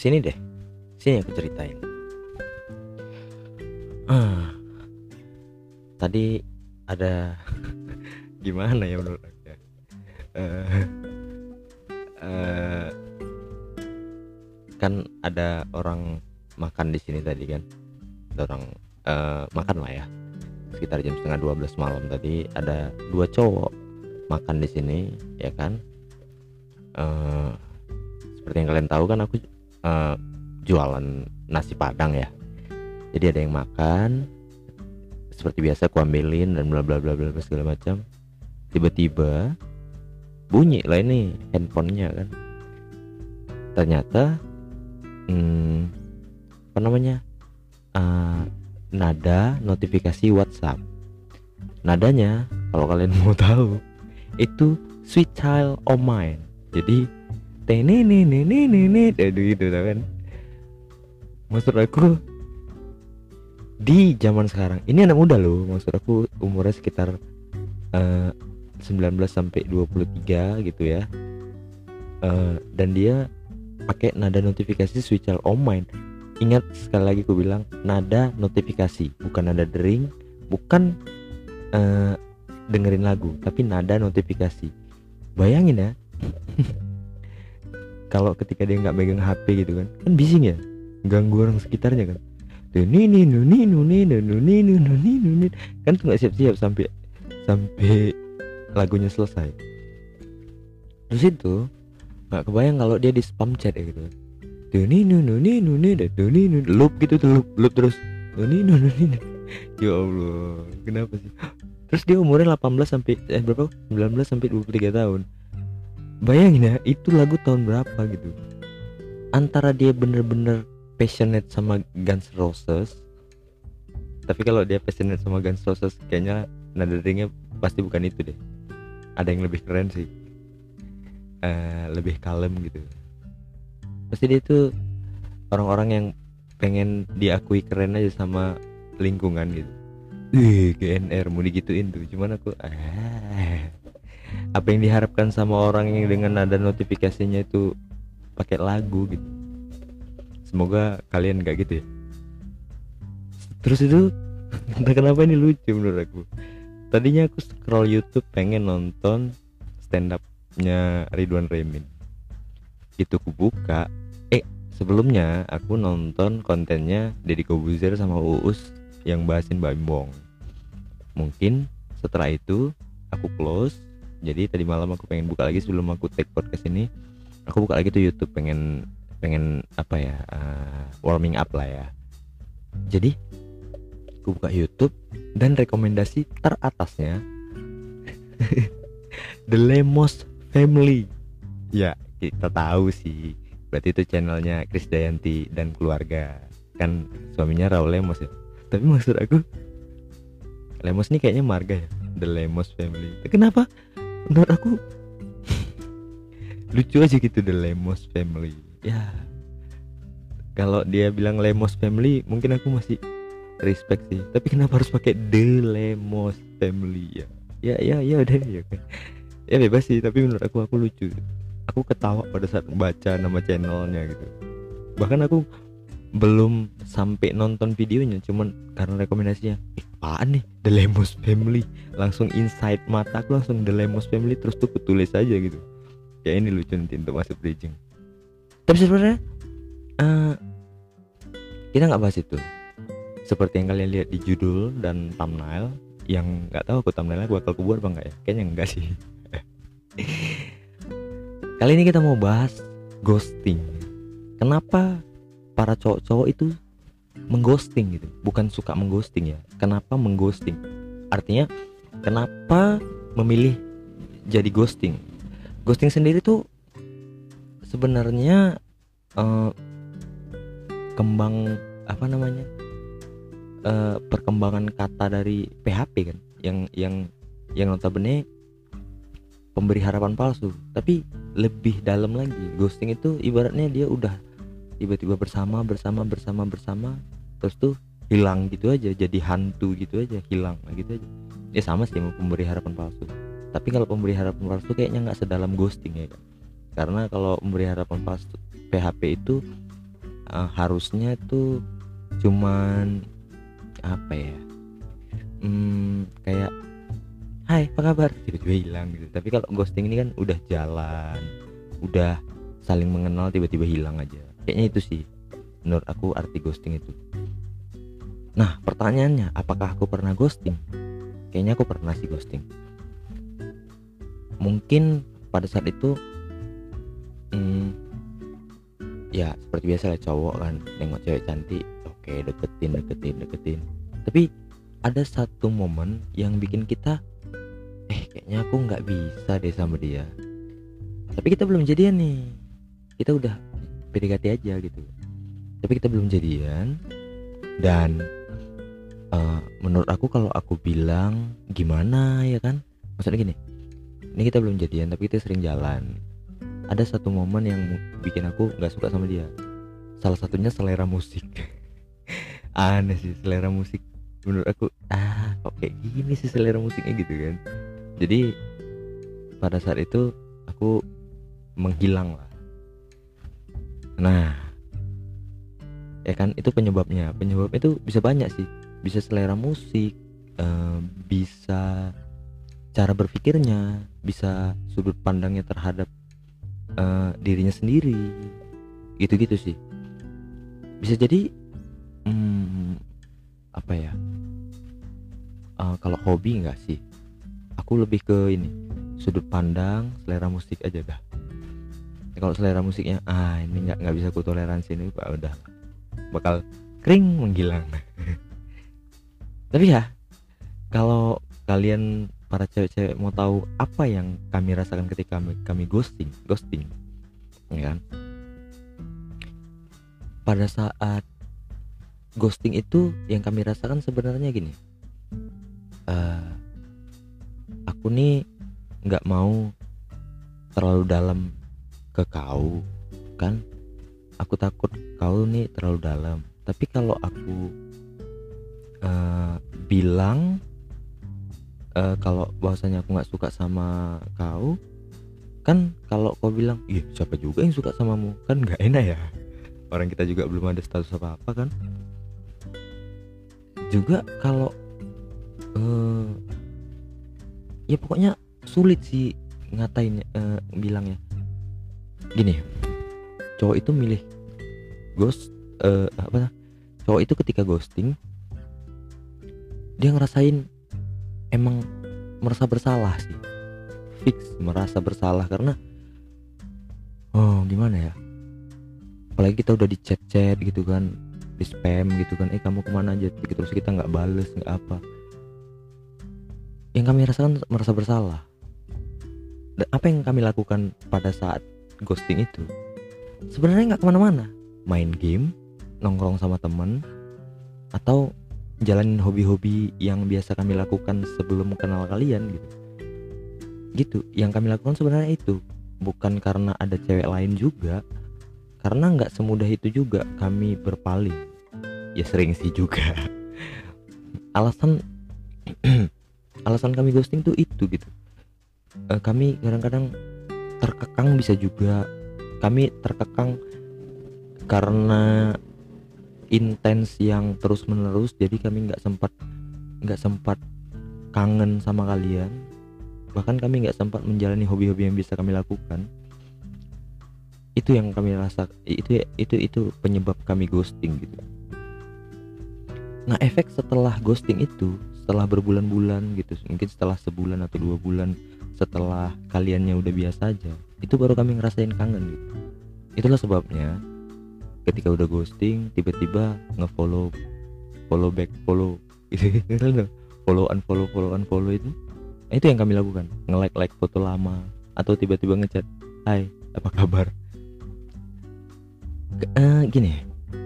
Sini deh, sini aku ceritain. Ah, tadi ada gimana ya menurut aku ya? Eh, eh, kan ada orang makan di sini tadi kan, ada orang makan lah ya, sekitar jam setengah 12 malam tadi ada dua cowok makan di sini ya kan. Eh, Seperti yang kalian tahu kan aku jualan nasi padang ya. Jadi ada yang makan, seperti biasa aku ambilin dan bla bla bla bla segala macam. Tiba-tiba bunyi lah ini handphonenya kan. Ternyata apa namanya? Nada notifikasi WhatsApp. Nadanya kalau kalian mau tahu itu Sweet Child O' Mine. Jadi tenenenenenene gitu kan. Maksud aku di zaman sekarang ini anak muda loh, maksud aku umurnya sekitar 19 sampai 23 gitu ya. Dan dia pakai nada notifikasi Sweet Child O' Mine. Ingat sekali lagi aku bilang nada notifikasi, bukan nada dering, bukan dengerin lagu, tapi nada notifikasi. Bayangin ya. Kalau ketika dia nggak megang HP gitu kan bising ya, ganggu orang sekitarnya kan. Kan tuh nggak siap-siap sampai lagunya selesai. Terus itu nggak kebayang kalau dia di spam chat ya gitu. Loop gitu tuh, loop terus. Ya Allah, kenapa sih? Terus dia umurnya 18 sampai berapa? 19 sampai 23 tahun. Bayangin ya, itu lagu tahun berapa gitu. Antara dia bener-bener passionate sama Guns N' Roses, tapi kalau dia passionate sama Guns N' Roses kayaknya nada deringnya pasti bukan itu deh. Ada yang lebih keren sih, lebih kalem gitu. Pasti dia tuh orang-orang yang pengen diakui keren aja sama lingkungan gitu. GNR mau digituin tuh, cuman aku apa yang diharapkan sama orang yang dengan nada notifikasinya itu pakai lagu gitu. Semoga kalian gak gitu ya. Terus itu entah kenapa ini lucu menurut aku. Tadinya aku scroll YouTube pengen nonton stand up-nya Ridwan Remin. Itu aku buka, sebelumnya aku nonton kontennya Deddy Corbuzier sama Uus yang bahasin Bim Bong. Mungkin setelah itu aku close. Jadi tadi malam aku pengen buka lagi sebelum aku take podcast ini. Aku buka lagi tuh YouTube, pengen apa ya, warming up lah ya. Jadi aku buka YouTube dan rekomendasi teratasnya The Lemos Family. Ya kita tahu sih, berarti itu channelnya Krisdayanti dan keluarga. Kan suaminya Raul Lemos ya. Tapi maksud aku Lemos ini kayaknya marga ya, The Lemos Family. Kenapa? Menurut aku lucu aja gitu, The Lemos Family. Ya kalau dia bilang Lemos Family mungkin aku masih respect sih, tapi kenapa harus pakai The Lemos Family ya? Ya udah ya kan. Ya bebas sih, tapi menurut aku lucu. Aku ketawa pada saat baca nama channelnya gitu. Bahkan aku belum sampai nonton videonya, cuman karena rekomendasinya, apaan nih The Lemos Family, langsung inside mata aku langsung The Lemos Family, terus tuh kutulis aja gitu. Ya ini lucu nanti untuk masuk bridging. Tapi sebenarnya kita nggak bahas itu. Seperti yang kalian lihat di judul dan thumbnail, yang nggak tahu aku thumbnailnya gue bakal kebuat apa enggak ya? Kayaknya enggak sih. Kali ini kita mau bahas ghosting. Kenapa para cowok-cowok itu mengghosting gitu? Bukan suka mengghosting ya. Kenapa mengghosting? Artinya kenapa memilih jadi ghosting? Ghosting sendiri tuh sebenarnya kembang apa namanya? Perkembangan kata dari PHP kan, yang notabene pemberi harapan palsu. Tapi lebih dalam lagi, ghosting itu ibaratnya dia udah tiba-tiba bersama terus tuh hilang gitu aja, jadi hantu gitu aja, hilang gitu aja. Ya sama sih sama pemberi harapan palsu. Tapi kalau pemberi harapan palsu kayaknya nggak sedalam ghosting ya kan. Karena kalau pemberi harapan palsu PHP itu harusnya tuh cuman apa ya, kayak hai apa kabar tiba-tiba hilang gitu. Tapi kalau ghosting ini kan udah jalan, udah saling mengenal tiba-tiba hilang aja. Kayaknya itu sih menurut aku arti ghosting itu. Nah pertanyaannya, apakah aku pernah ghosting? Kayaknya aku pernah sih ghosting. Mungkin pada saat itu ya seperti biasa lah, cowok kan nengok cewek cantik, oke deketin. Tapi ada satu momen yang bikin kita kayaknya aku nggak bisa deh sama dia. Tapi kita belum jadian nih, kita udah PDKT aja gitu, tapi kita belum jadian. Dan menurut aku kalau aku bilang gimana ya kan, maksudnya gini, ini kita belum jadian tapi kita sering jalan. Ada satu momen yang bikin aku nggak suka sama dia. Salah satunya selera musik. Aneh sih selera musik. Menurut aku kok kayak gini sih selera musiknya gitu kan. Jadi pada saat itu aku menghilang lah. Nah ya kan itu penyebabnya itu bisa banyak sih. Bisa selera musik, bisa cara berpikirnya, bisa sudut pandangnya terhadap dirinya sendiri, gitu-gitu sih. Bisa jadi apa ya, kalau hobi enggak sih, aku lebih ke ini, sudut pandang, selera musik aja dah. Kalau selera musiknya ini nggak bisa ku toleransi, ini udah bakal kering menghilang. Tapi ya kalau kalian para cewek-cewek mau tahu apa yang kami rasakan ketika kami ghosting ya kan, pada saat ghosting itu yang kami rasakan sebenarnya gini, aku nih nggak mau terlalu dalam ke kau kan, aku takut kau nih terlalu dalam. Tapi kalau aku bilang kalau bahwasanya aku nggak suka sama kau, kan kalau kau bilang iya siapa juga yang suka samamu, kan nggak enak ya, orang kita juga belum ada status apa-apa kan. Juga kalau ya pokoknya sulit sih ngatain, bilangnya gini, cowok itu milih cowok itu ketika ghosting dia ngerasain emang merasa bersalah sih, fix merasa bersalah. Karena gimana ya, apalagi kita udah di chat gitu kan, di spam gitu kan, kamu kemana aja, terus kita nggak bales nggak apa, yang kami rasakan merasa bersalah. Dan apa yang kami lakukan pada saat ghosting itu sebenarnya nggak kemana-mana, main game, nongkrong sama temen, atau jalanin hobi-hobi yang biasa kami lakukan sebelum kenal kalian gitu. Yang kami lakukan sebenarnya itu bukan karena ada cewek lain juga, karena nggak semudah itu juga kami berpaling. Ya sering sih juga. Alasan kami ghosting tuh itu gitu. Kami kadang-kadang terkekang, bisa juga kami terkekang karena intens yang terus menerus, jadi kami nggak sempat kangen sama kalian, bahkan kami nggak sempat menjalani hobi-hobi yang bisa kami lakukan. Itu yang kami rasa, itu penyebab kami ghosting gitu. Nah efek setelah ghosting itu, setelah berbulan-bulan gitu, mungkin setelah sebulan atau 2 bulan setelah kaliannya udah biasa aja, itu baru kami ngerasain kangen gitu. Itulah sebabnya ketika udah ghosting tiba-tiba nge-follow back gitu, follow unfollow itu. Itu yang kami lakukan, nge-like foto lama, atau tiba-tiba ngechat, hai apa kabar. Gini,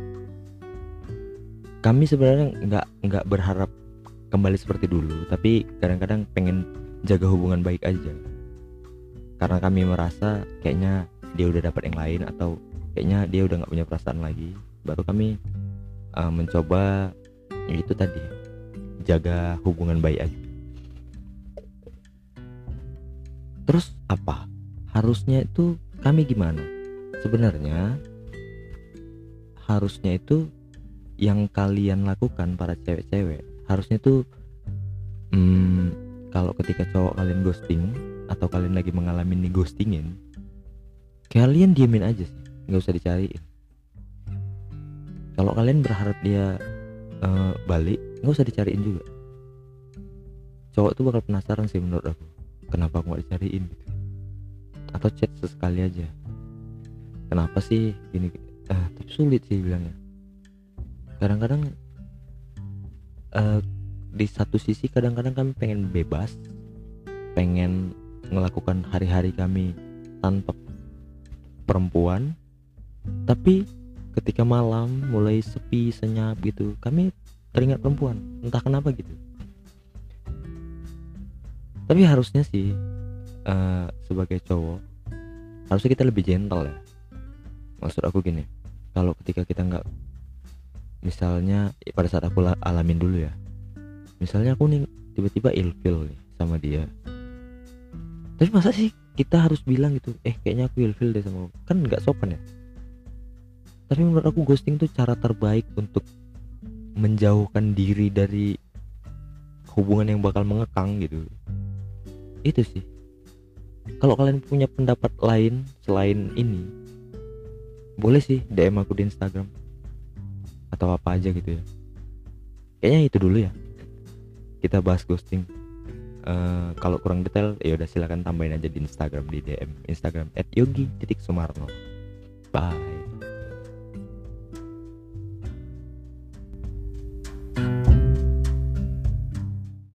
kami sebenarnya nggak berharap kembali seperti dulu, tapi kadang-kadang pengen jaga hubungan baik aja, karena kami merasa kayaknya dia udah dapat yang lain, atau kayaknya dia udah nggak punya perasaan lagi. Baru kami mencoba itu tadi, jaga hubungan baik aja. Terus harusnya itu kami gimana? Sebenarnya harusnya itu yang kalian lakukan para cewek-cewek harusnya tuh kalau ketika cowok kalian ghosting atau kalian lagi mengalami nih ghostingin, kalian diemin aja sih, nggak usah dicariin. Kalau kalian berharap dia balik, nggak usah dicariin juga. Cowok tuh bakal penasaran sih menurut aku, kenapa aku nggak dicariin gitu. Atau chat sesekali aja, kenapa sih gini. Tapi sulit sih bilangnya. Kadang-kadang di satu sisi kadang-kadang kami pengen bebas, pengen melakukan hari-hari kami tanpa perempuan, tapi ketika malam mulai sepi senyap gitu kami teringat perempuan, entah kenapa gitu. Tapi harusnya sih sebagai cowok harusnya kita lebih gentle ya. Maksud aku gini, kalau ketika kita nggak, misalnya pada saat aku alamin dulu ya, misalnya aku nih tiba-tiba ilfil nih sama dia, tapi masa sih kita harus bilang gitu, kayaknya aku ilfil deh sama, kan nggak sopan ya. Tapi menurut aku ghosting tuh cara terbaik untuk menjauhkan diri dari hubungan yang bakal mengekang gitu. Itu sih. Kalau kalian punya pendapat lain selain ini, boleh sih DM aku di Instagram atau apa aja gitu ya. Kayaknya itu dulu ya, kita bahas ghosting. Kalau kurang detail ya udah silakan tambahin aja di Instagram, di DM Instagram @yogi.sumarno. Bye.